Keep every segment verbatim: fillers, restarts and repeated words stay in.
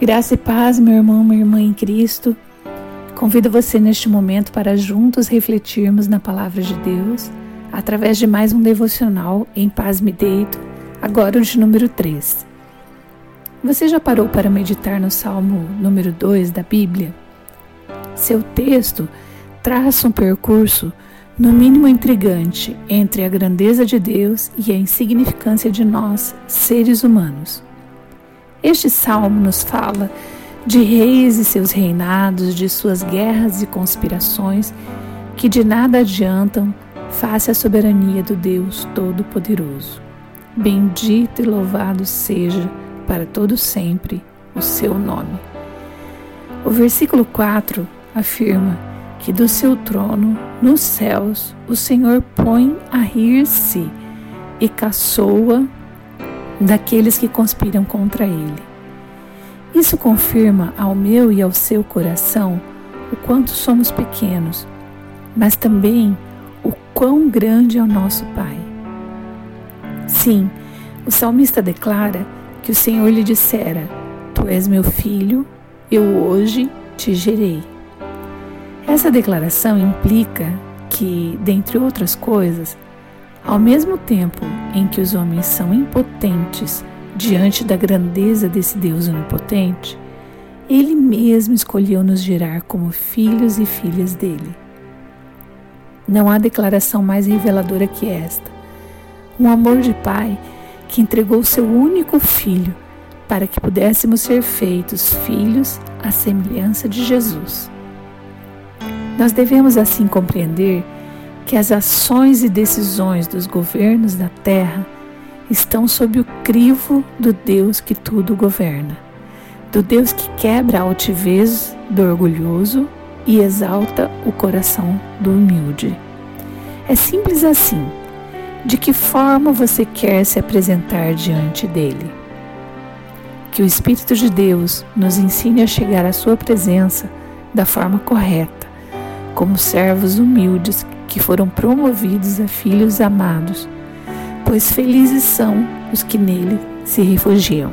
Graça e paz, meu irmão, minha irmã em Cristo. Convido você neste momento para juntos refletirmos na Palavra de Deus, através de mais um devocional em Paz Me Deito, agora o de número três. Você já parou para meditar no Salmo número dois da Bíblia? Seu texto traça um percurso, no mínimo intrigante, entre a grandeza de Deus e a insignificância de nós, seres humanos. Este salmo nos fala de reis e seus reinados, de suas guerras e conspirações, que de nada adiantam face à soberania do Deus Todo-Poderoso. Bendito e louvado seja para todo sempre o seu nome. O versículo quatro afirma que do seu trono, nos céus, o Senhor põe a rir-se e caçoa daqueles que conspiram contra ele. Isso confirma ao meu e ao seu coração o quanto somos pequenos, mas também o quão grande é o nosso Pai. Sim, o salmista declara que o Senhor lhe dissera: Tu és meu filho, eu hoje te gerei. Essa declaração implica que, dentre outras coisas, ao mesmo tempo em que os homens são impotentes diante da grandeza desse Deus onipotente, Ele mesmo escolheu nos gerar como filhos e filhas dele. Não há declaração mais reveladora que esta. Um amor de Pai que entregou seu único Filho para que pudéssemos ser feitos filhos à semelhança de Jesus. Nós devemos assim compreender que as ações e decisões dos governos da terra estão sob o crivo do Deus que tudo governa, do Deus que quebra a altivez do orgulhoso e exalta o coração do humilde. É simples assim. De que forma você quer se apresentar diante dele? Que o Espírito de Deus nos ensine a chegar à sua presença da forma correta, como servos humildes que foram promovidos a filhos amados, pois felizes são os que nele se refugiam.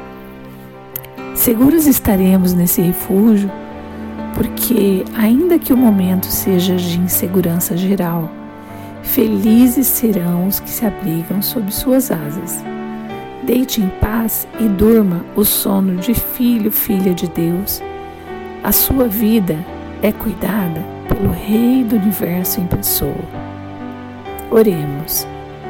Seguros estaremos nesse refúgio, porque, ainda que o momento seja de insegurança geral, felizes serão os que se abrigam sob suas asas. Deite em paz e durma o sono de filho, filha de Deus. A sua vida é cuidada pelo Rei do Universo em pessoa. Oremos.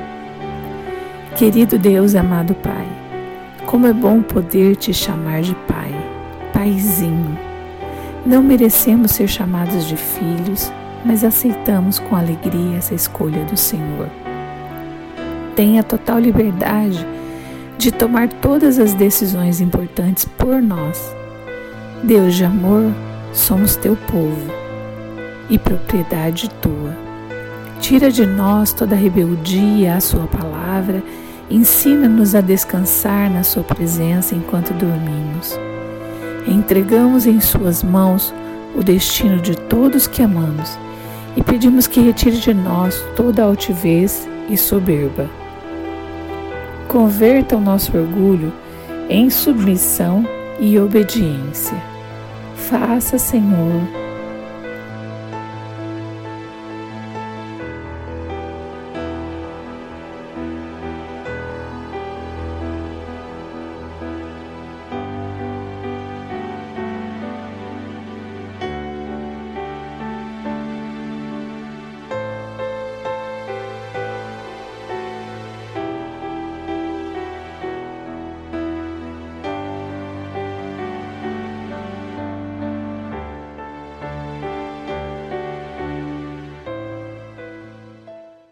Querido Deus, amado Pai, como é bom poder te chamar de Pai, Paizinho. Não merecemos ser chamados de filhos, mas aceitamos com alegria essa escolha do Senhor. Tenha total liberdade de tomar todas as decisões importantes por nós. Deus de amor, somos teu povo e propriedade tua. Tira de nós toda rebeldia à sua palavra, ensina-nos a descansar na sua presença enquanto dormimos. Entregamos em suas mãos o destino de todos que amamos e pedimos que retire de nós toda a altivez e soberba. Converta o nosso orgulho em submissão e obediência. Faça, Senhor,